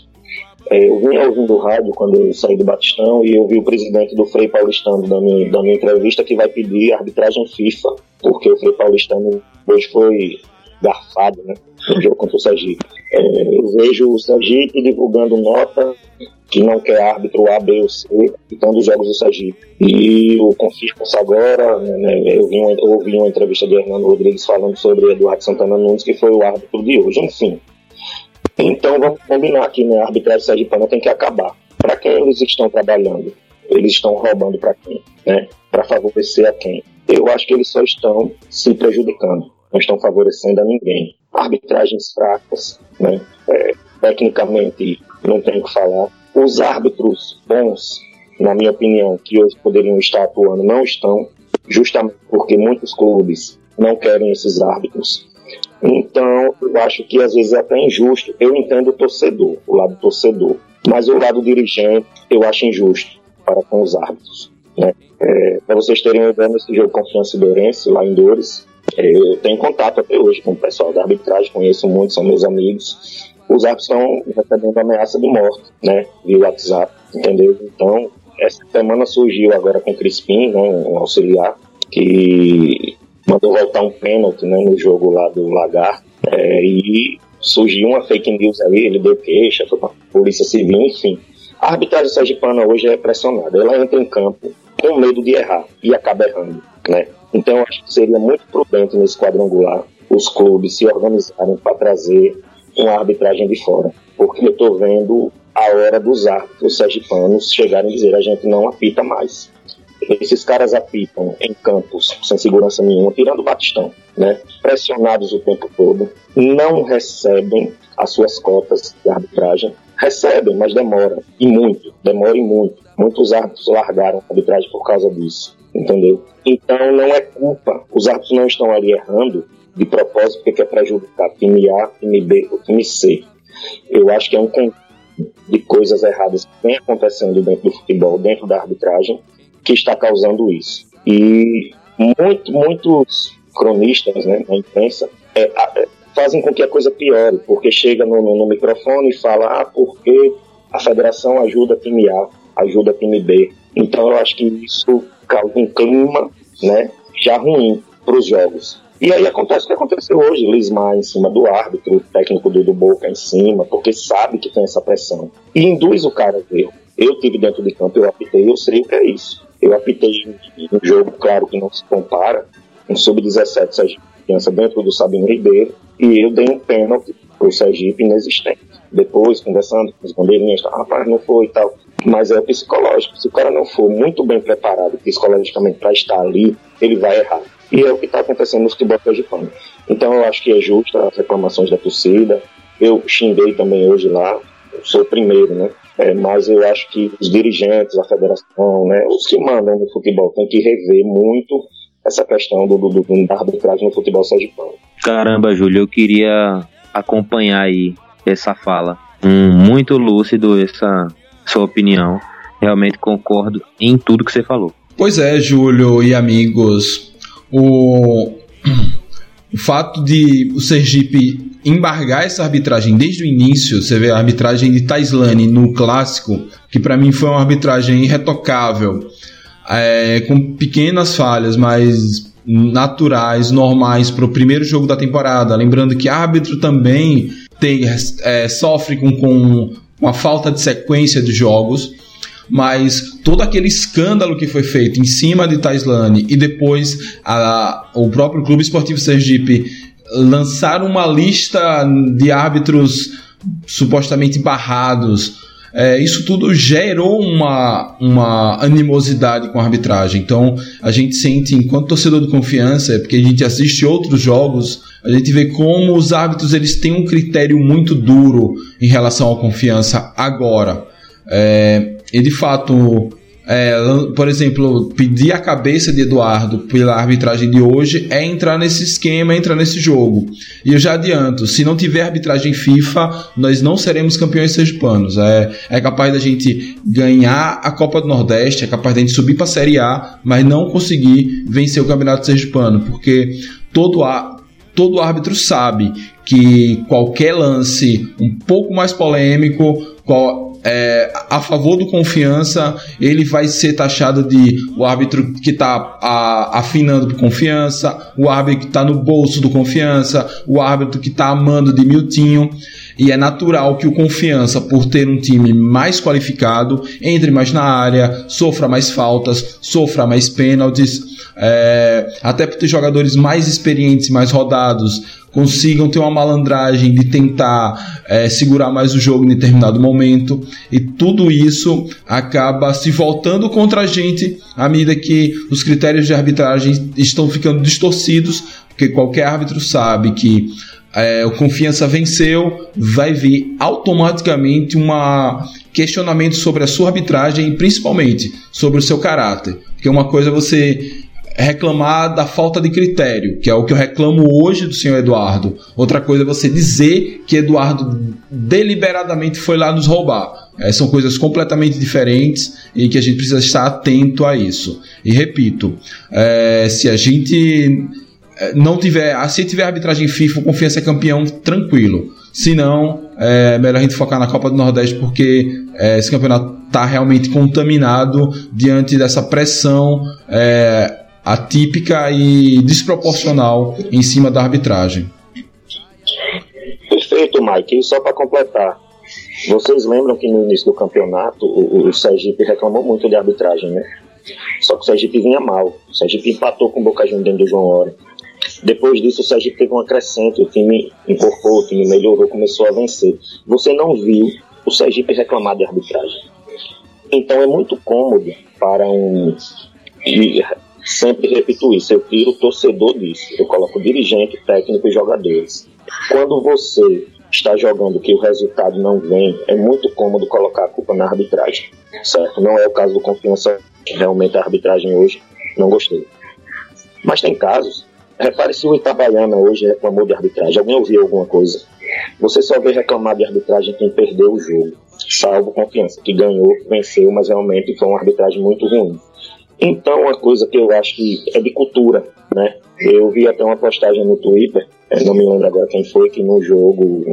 Eu vinha ouvindo o rádio quando eu saí do Batistão e eu vi o presidente do Frei Paulistano da minha entrevista, que vai pedir arbitragem FIFA, porque o Frei Paulistano hoje foi garfado, né, no jogo contra o Sergipe. Eu vejo o Sergipe divulgando nota que não quer árbitro A, B ou C, então dos jogos do Sergipe. E o Confirma-se agora, né, eu ouvi uma entrevista de Hernando Rodrigues falando sobre Eduardo Santana Nunes, que foi o árbitro de hoje, enfim. Então vamos combinar aqui, né? A arbitragem sergipana tem que acabar. Para quem eles estão trabalhando? Eles estão roubando para quem? Né? Para favorecer a quem? Eu acho que eles só estão se prejudicando, não estão favorecendo a ninguém. Arbitragens fracas, né? Tecnicamente não tenho o que falar. Os árbitros bons, na minha opinião, que hoje poderiam estar atuando, não estão, justamente porque muitos clubes não querem esses árbitros. Então, eu acho que às vezes é até injusto. Eu entendo o lado torcedor, mas o lado dirigente eu acho injusto para com os árbitros, né? Para vocês terem uma ideia, nesse jogo Confiança e Dourense, lá em Dores, eu tenho contato até hoje com o pessoal da arbitragem, conheço muito, são meus amigos. Os árbitros estão recebendo ameaça de morte, né, via WhatsApp, entendeu? Então, essa semana surgiu agora com o Crispim, né, um auxiliar, que mandou voltar um pênalti, né, no jogo lá do Lagarto, e surgiu uma fake news aí, ele deu queixa, foi para a Polícia Civil, enfim. A arbitragem sergipana hoje é pressionada, ela entra em campo com medo de errar e acaba errando, né? Então eu acho que seria muito prudente nesse quadrangular os clubes se organizarem para trazer uma arbitragem de fora, porque eu estou vendo a hora dos árbitros sergipanos chegarem e dizer: a gente não apita mais. Esses caras apitam em campos sem segurança nenhuma, tirando o Batistão, né? Pressionados o tempo todo, não recebem as suas cotas de arbitragem. Recebem, mas demora e muito. Muitos árbitros largaram a arbitragem por causa disso, entendeu? Então não é culpa, os árbitros não estão ali errando de propósito porque quer prejudicar time A, time B ou time C. Eu acho que é um conjunto de coisas erradas que vem acontecendo dentro do futebol, dentro da arbitragem, que está causando isso. E muitos cronistas, né, na imprensa fazem com que a coisa piore, porque chega no microfone e fala: porque a federação ajuda time A, ajuda time B. Então eu acho que isso causa um clima, né, já ruim para os jogos. E aí acontece o que aconteceu hoje, Lismar em cima do árbitro, o técnico do Boca em cima, porque sabe que tem essa pressão. E induz o cara a erro. Eu estive dentro de campo, eu apitei, eu sei o que é isso. Eu apitei um jogo, claro que não se compara, um sub-17 Sergipe Criança dentro do Sabino Ribeiro, e eu dei um pênalti pro Sergipe inexistente. Depois, conversando com os bandeirinhas, rapaz, não foi e tal. Mas é psicológico. Se o cara não for muito bem preparado psicologicamente para estar ali, ele vai errar. E é o que está acontecendo no futebol sergipano. Então eu acho que é justo as reclamações da torcida. Eu xinguei também hoje lá, eu sou o primeiro, né? Mas eu acho que os dirigentes, a federação, né, os que mandam no futebol, tem que rever muito essa questão da arbitragem no futebol sergipano. Caramba, Júlio, eu queria acompanhar aí essa fala. Muito lúcido essa sua opinião. Realmente concordo em tudo que você falou. Pois é, Júlio e amigos. O fato de o Sergipe embargar essa arbitragem desde o início, você vê a arbitragem de Taislane no Clássico, que para mim foi uma arbitragem irretocável. com pequenas falhas, mas naturais, normais para o primeiro jogo da temporada. Lembrando que árbitro também sofre com a falta de sequência de jogos, mas todo aquele escândalo que foi feito em cima de Taislane e depois o próprio Clube Esportivo Sergipe lançar uma lista de árbitros supostamente barrados, isso tudo gerou uma animosidade com a arbitragem. Então a gente sente, enquanto torcedor de Confiança, porque a gente assiste outros jogos, a gente vê como os árbitros eles têm um critério muito duro em relação à Confiança agora. E de fato, por exemplo, pedir a cabeça de Eduardo pela arbitragem de hoje é entrar nesse esquema, entrar nesse jogo. E eu já adianto, se não tiver arbitragem FIFA, nós não seremos campeões sergipanos. É capaz da gente ganhar a Copa do Nordeste, é capaz da gente subir para a Série A, mas não conseguir vencer o Campeonato Sergipano, porque todo árbitro sabe que qualquer lance um pouco mais polêmico, a favor do Confiança, ele vai ser taxado de o árbitro que está afinando por Confiança, o árbitro que está no bolso do Confiança, o árbitro que está amando de Miltinho. E é natural que o Confiança, por ter um time mais qualificado, entre mais na área, sofra mais faltas, sofra mais pênaltis, até por ter jogadores mais experientes, mais rodados, consigam ter uma malandragem de tentar segurar mais o jogo em determinado momento, e tudo isso acaba se voltando contra a gente à medida que os critérios de arbitragem estão ficando distorcidos, porque qualquer árbitro sabe que o Confiança venceu, vai vir automaticamente um questionamento sobre a sua arbitragem e principalmente sobre o seu caráter, porque uma coisa é você reclamar da falta de critério, que é o que eu reclamo hoje do senhor Eduardo. Outra coisa é você dizer que Eduardo deliberadamente foi lá nos roubar. São coisas completamente diferentes e que a gente precisa estar atento a isso. E repito, se a gente não tiver, se tiver arbitragem FIFA, o Confiança é campeão, tranquilo. Se não, é melhor a gente focar na Copa do Nordeste, porque esse campeonato está realmente contaminado diante dessa pressão atípica e desproporcional em cima da arbitragem. Perfeito, Mike. E só para completar, vocês lembram que no início do campeonato o Sergipe reclamou muito de arbitragem, né? Só que o Sergipe vinha mal. O Sergipe empatou com o Boca Juniors dentro do João Hora. Depois disso o Sergipe teve uma crescente, o time incorporou, o time melhorou, começou a vencer. Você não viu o Sergipe reclamar de arbitragem. Então é muito cômodo para sempre repito isso, eu tiro o torcedor disso, eu coloco dirigente, técnico e jogadores. Quando você está jogando que o resultado não vem, é muito cômodo colocar a culpa na arbitragem, certo? Não é o caso do Confiança, que realmente a arbitragem hoje não gostei. Mas tem casos, repare se o Itabaiana hoje reclamou de arbitragem, alguém ouviu alguma coisa? Você só vê reclamar de arbitragem quem perdeu o jogo, salvo Confiança, que ganhou, venceu, mas realmente foi uma arbitragem muito ruim. Então, uma coisa que eu acho que é de cultura, né? Eu vi até uma postagem no Twitter, não me lembro agora quem foi, que no jogo,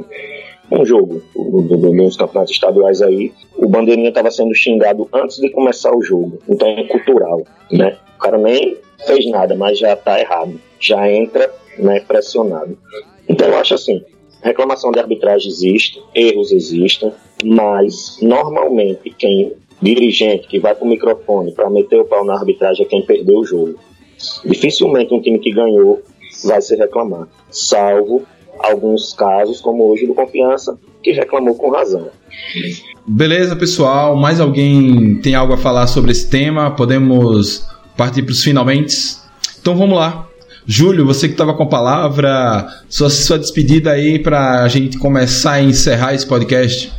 nos campeonatos estaduais aí, o Bandeirinha estava sendo xingado antes de começar o jogo. Então é cultural, né? O cara nem fez nada, mas já está errado, já entra, né, pressionado. Então eu acho assim, reclamação de arbitragem existe, erros existem, mas normalmente quem dirigente que vai pro microfone para meter o pau na arbitragem é quem perdeu o jogo. Dificilmente um time que ganhou vai se reclamar, salvo alguns casos como hoje do Confiança, que reclamou com razão. Beleza, pessoal, mais alguém tem algo a falar sobre esse tema? Podemos partir para os finalmente? Então vamos lá. Júlio, você que estava com a palavra, sua despedida aí para a gente começar a encerrar esse podcast.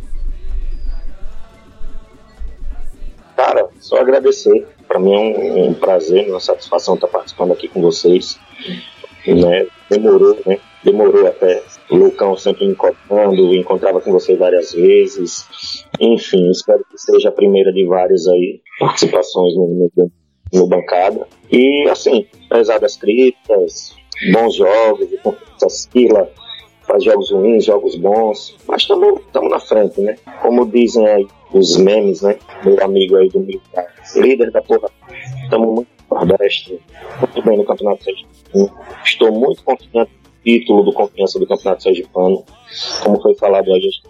Cara, só agradecer. Para mim é um prazer, uma satisfação estar participando aqui com vocês. Né? Demorou até. O Lucão sempre me encontrando, encontrava com você várias vezes. Enfim, espero que seja a primeira de várias aí participações no Bancada. E assim, apesar das críticas, bons jogos, oscila, faz jogos ruins, jogos bons, mas estamos na frente, né? Como dizem aí, os memes, né? Meu amigo aí do Militar, líder da porra. Estamos muito no Nordeste, muito bem no Campeonato Sergipano. Estou muito confiante no título do Confiança do Campeonato Sergipano. Como foi falado, a gente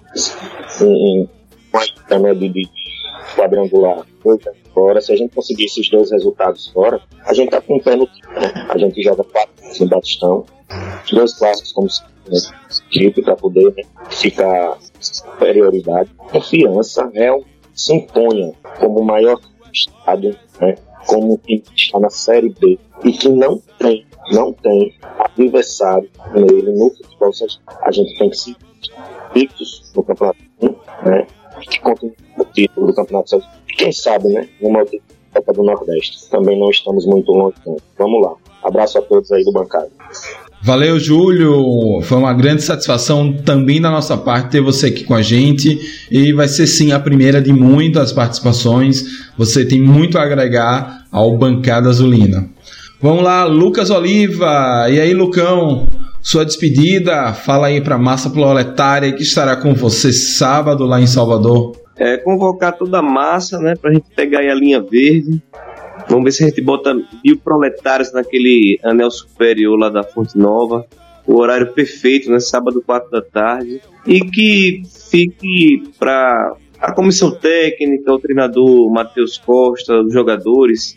em uma de quadrangular fora. Se a gente conseguir esses 2 resultados fora, a gente tá com o pé no time, né? A gente joga 4 no Batistão, 2 clássicos como equipe para poder, né, ficar superioridade. Confiança se imponha como o maior estado, né, como um time que está na Série B e que não tem adversário nele no futebol. A gente tem que se fixos no campeonato, né, que continue o título do campeonato. Quem sabe, né, numa Copa do Nordeste. Também não estamos muito longe. Então. Vamos lá. Abraço a todos aí do bancário. Valeu, Júlio. Foi uma grande satisfação também da nossa parte ter você aqui com a gente. E vai ser sim a primeira de muitas participações. Você tem muito a agregar ao Bancada Azulina. Vamos lá, Lucas Oliva. E aí, Lucão? Sua despedida. Fala aí para a massa proletária que estará com você sábado lá em Salvador. Convocar toda a massa, né, pra gente pegar aí a linha verde. Vamos ver se a gente bota 1.000 proletários naquele anel superior lá da Fonte Nova. O horário perfeito, né? Sábado, 4 da tarde. E que fique para a comissão técnica, o treinador Matheus Costa, os jogadores,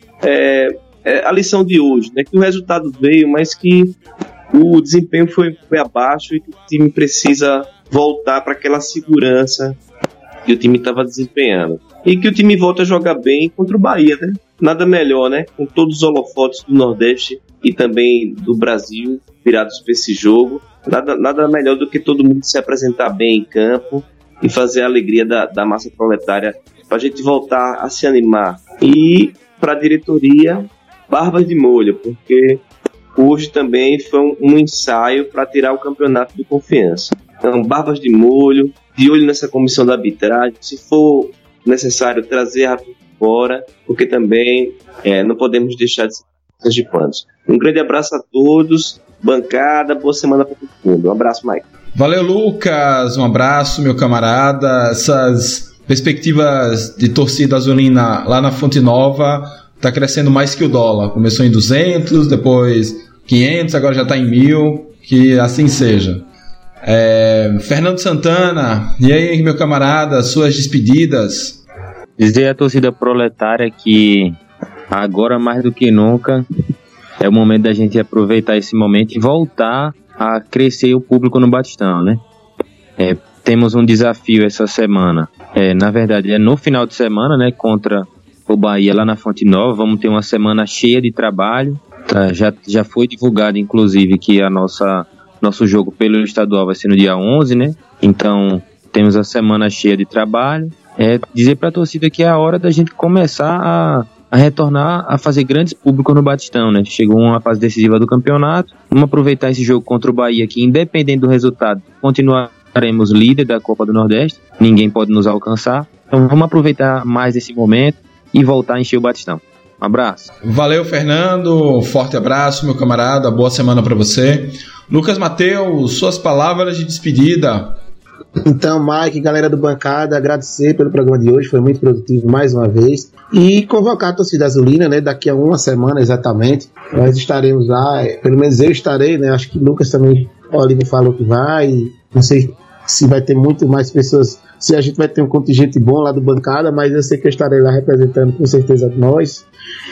a lição de hoje, né? Que o resultado veio, mas que o desempenho foi abaixo e que o time precisa voltar para aquela segurança que o time estava desempenhando. E que o time volta a jogar bem contra o Bahia, né? Nada melhor, né? Com todos os holofotes do Nordeste e também do Brasil virados para esse jogo. Nada melhor do que todo mundo se apresentar bem em campo e fazer a alegria da massa proletária para a gente voltar a se animar. E para a diretoria, barbas de molho, porque hoje também foi um ensaio para tirar o campeonato do Confiança. Então, barbas de molho, de olho nessa comissão da arbitragem, se for necessário trazer a fora, porque também não podemos deixar de ser sergipanos. Um grande abraço a todos, bancada, boa semana para todo mundo. Um abraço, Mike. Valeu, Lucas, um abraço, meu camarada. Essas perspectivas de torcida azulina lá na Fonte Nova tá crescendo mais que o dólar. Começou em 200, depois 500, agora já tá em 1.000, que assim seja. Fernando Santana, e aí, meu camarada, suas despedidas? Dizer à torcida proletária que agora mais do que nunca é o momento da gente aproveitar esse momento e voltar a crescer o público no Batistão, né? Temos um desafio essa semana, na verdade no final de semana, né, contra o Bahia lá na Fonte Nova. Vamos ter uma semana cheia de trabalho, já foi divulgado inclusive que nosso jogo pelo estadual vai ser no dia 11, né? Então temos a semana cheia de trabalho. Dizer para a torcida que é a hora da gente começar a retornar a fazer grandes públicos no Batistão, né? Chegou uma fase decisiva do campeonato. Vamos aproveitar esse jogo contra o Bahia, que independente do resultado, continuaremos líder da Copa do Nordeste. Ninguém pode nos alcançar. Então vamos aproveitar mais esse momento e voltar a encher o Batistão. Um abraço. Valeu, Fernando. Forte abraço, meu camarada. Boa semana para você. Lucas Mateus, suas palavras de despedida. Então, Mike, galera do Bancada, agradecer pelo programa de hoje, foi muito produtivo mais uma vez. E convocar a torcida azulina, né? Daqui a uma semana exatamente, nós estaremos lá, pelo menos eu estarei, né? Acho que Lucas também, o Oliver falou que vai, não sei se vai ter muito mais pessoas, se a gente vai ter um contingente bom lá do Bancada, mas eu sei que eu estarei lá representando com certeza nós.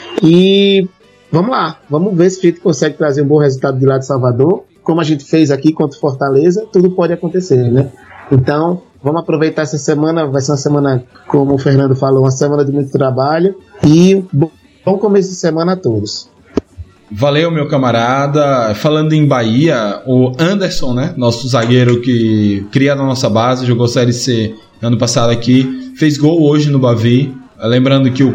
E vamos lá, vamos ver se a gente consegue trazer um bom resultado de lá de Salvador. Como a gente fez aqui contra o Fortaleza, tudo pode acontecer, né? Então, vamos aproveitar essa semana, vai ser uma semana, como o Fernando falou, uma semana de muito trabalho e bom começo de semana a todos. Valeu, meu camarada. Falando em Bahia, o Anderson, né, nosso zagueiro que cria na nossa base, jogou Série C ano passado aqui, fez gol hoje no Bavi. Lembrando que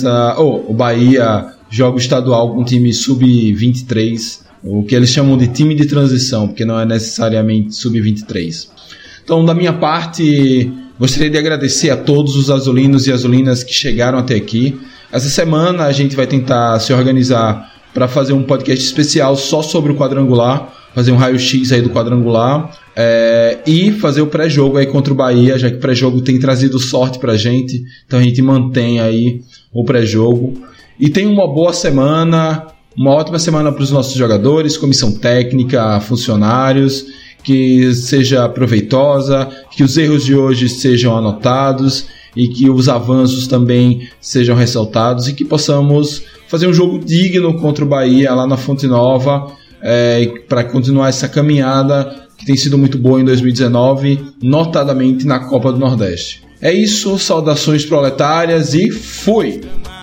o Bahia joga o estadual com time sub-23, o que eles chamam de time de transição, porque não é necessariamente sub-23. Então, da minha parte, gostaria de agradecer a todos os azulinos e azulinas que chegaram até aqui. Essa semana a gente vai tentar se organizar para fazer um podcast especial só sobre o quadrangular, fazer um raio-x aí do quadrangular, E fazer o pré-jogo aí contra o Bahia, já que o pré-jogo tem trazido sorte pra gente, então a gente mantém aí o pré-jogo. E tem uma boa semana, uma ótima semana para os nossos jogadores, comissão técnica, funcionários, que seja proveitosa, que os erros de hoje sejam anotados e que os avanços também sejam ressaltados e que possamos fazer um jogo digno contra o Bahia lá na Fonte Nova, para continuar essa caminhada que tem sido muito boa em 2019, notadamente na Copa do Nordeste. É isso, saudações proletárias e fui!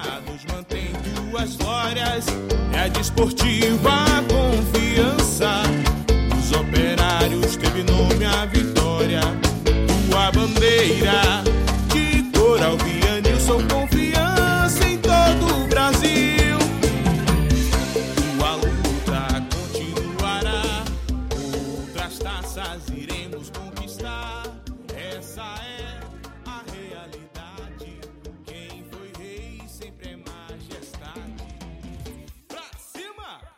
É desportiva confiança, os operários teve nome a vitória, tua bandeira de cor alviane, eu sou confiança em todo o Brasil, tua luta continuará, outras taças irão.